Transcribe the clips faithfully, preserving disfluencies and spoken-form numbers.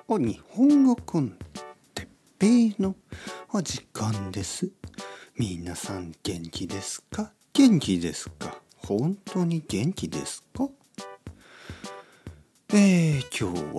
お日本語コンテッペイのお時間です。皆さん元気ですか？元気ですか？本当に元気ですか？えー、今日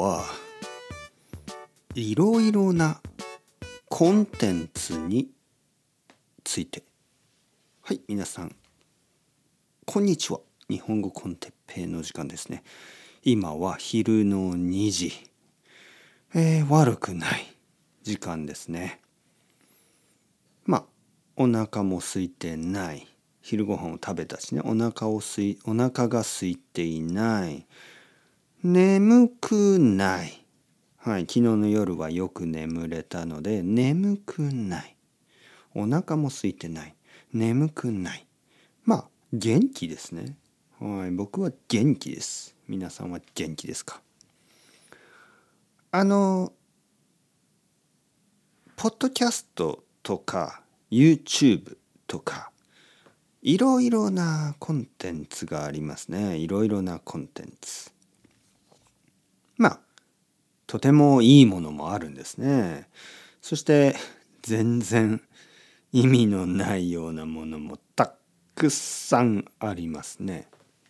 はいろいろなコンテンツについて。はい、皆さんこんにちは。日本語コンテッペイの時間ですね。今は昼のにじ。えー、悪くない時間ですね。まあお腹も空いてない。昼ご飯を食べたしね。お腹をすいお腹が空いていない。眠くない。はい、昨日の夜はよく眠れたので眠くない。お腹も空いてない。眠くない。まあ元気ですね。はい、僕は元気です。皆さんは元気ですか？あのポッドキャストとか YouTube とかいろいろなコンテンツがありますね。いろいろなコンテンツ。まあとてもいいものもあるんですね。そして全然意味のないようなものもたくさんありますね。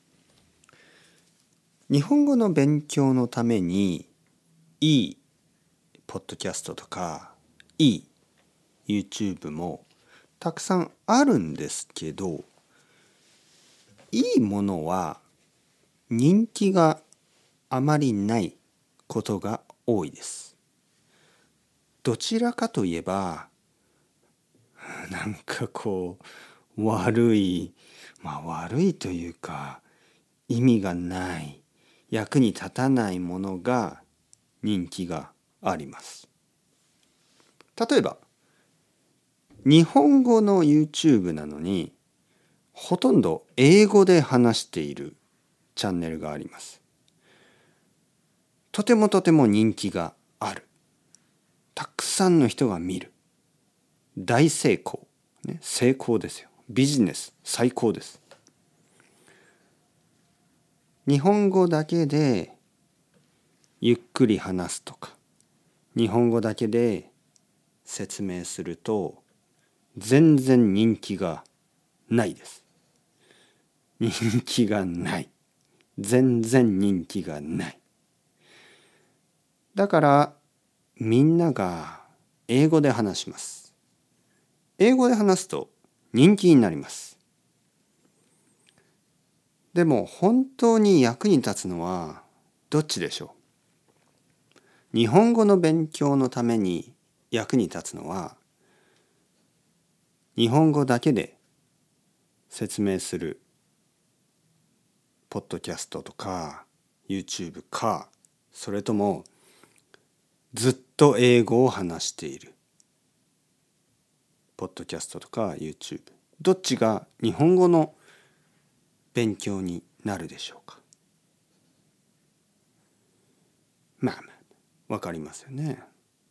日本語の勉強のためにいいポッドキャストとかいい YouTube もたくさんあるんですけど、いいものは人気があまりないことが多いです。どちらかといえばなんかこう悪いまあ悪いというか意味がない役に立たないものが人気があります。例えば日本語の YouTube なのにほとんど英語で話しているチャンネルがあります。とてもとても人気がある。たくさんの人が見る。大成功。ね、成功ですよ。ビジネス最高です。日本語だけでゆっくり話すとか、日本語だけで説明すると全然人気がないです。人気がない。全然人気がない。だからみんなが英語で話します。英語で話すと人気になります。でも本当に役に立つのはどっちでしょう？日本語の勉強のために役に立つのは日本語だけで説明するポッドキャストとか YouTube か、それともずっと英語を話しているポッドキャストとか YouTube、 どっちが日本語の勉強になるでしょうか？まあまあわかりますよね。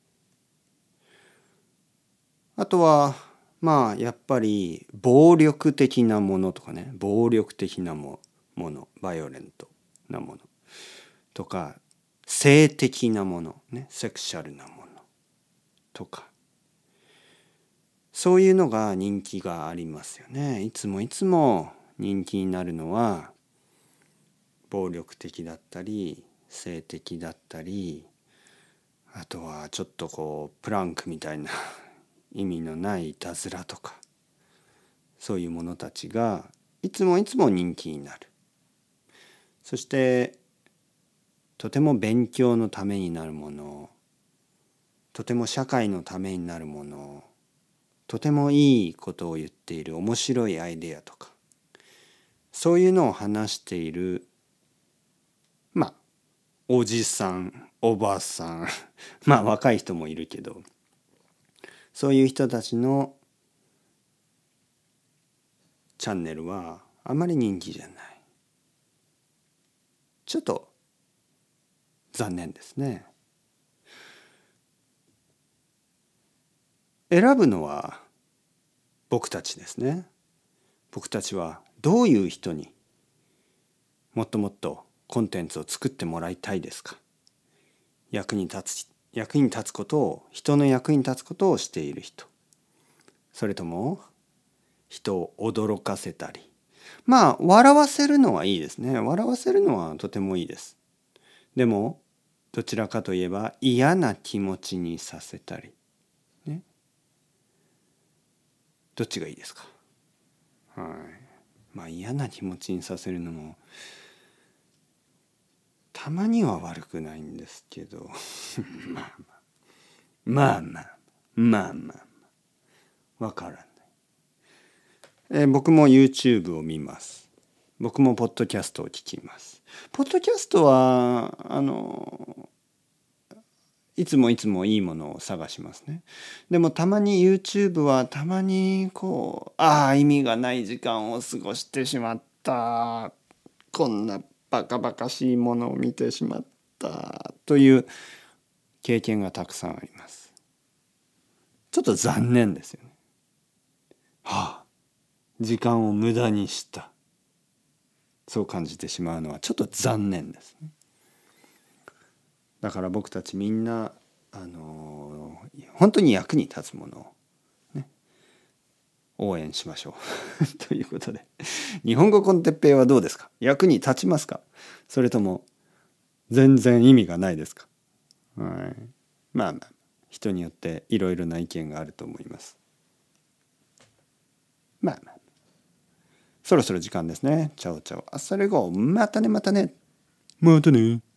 あとはまあやっぱり暴力的なものとかね、暴力的なもの、バイオレントなものとか、性的なものね、セクシャルなものとか、そういうのが人気がありますよね。いつもいつも人気になるのは暴力的だったり性的だったり、あとはちょっとこうプランクみたいな意味のないいたずらとか、そういうものたちがいつもいつも人気になる。そしてとても勉強のためになるもの、とても社会のためになるもの、とてもいいことを言っている面白いアイデアとか、そういうのを話しているまあおじさんおばさんまあ若い人もいるけど、そういう人たちのチャンネルはあまり人気じゃない。ちょっと残念ですね。選ぶのは僕たちですね。僕たちはどういう人にもっともっとコンテンツを作ってもらいたいですか？役に立つ役に立つことを人の役に立つことをしている人、それとも人を驚かせたり、まあ笑わせるのはいいですね。笑わせるのはとてもいいです。でもどちらかといえば嫌な気持ちにさせたりね、どっちがいいですか？はい。まあ嫌な気持ちにさせるのもたまには悪くないんですけどまあまあまあまあまあまあわからない。えー僕も YouTube を見ます。僕もポッドキャストを聞きます。ポッドキャストはあのいつもいつもいいものを探しますね。でもたまに YouTube はたまにこう、ああ意味がない時間を過ごしてしまった、こんなバカバカしいものを見てしまったという経験がたくさんあります。ちょっと残念ですよね。はあ、時間を無駄にした、そう感じてしまうのはちょっと残念ですね。だから僕たちみんなあの本当に役に立つものを、ね、応援しましょうということで、日本語コンテッペイはどうですか？役に立ちますか？それとも全然意味がないですか？はい、まあまあ人によっていろいろな意見があると思います。まあまあそろそろ時間ですね。チャオチャオ。あ、それ後またねまたねまたね。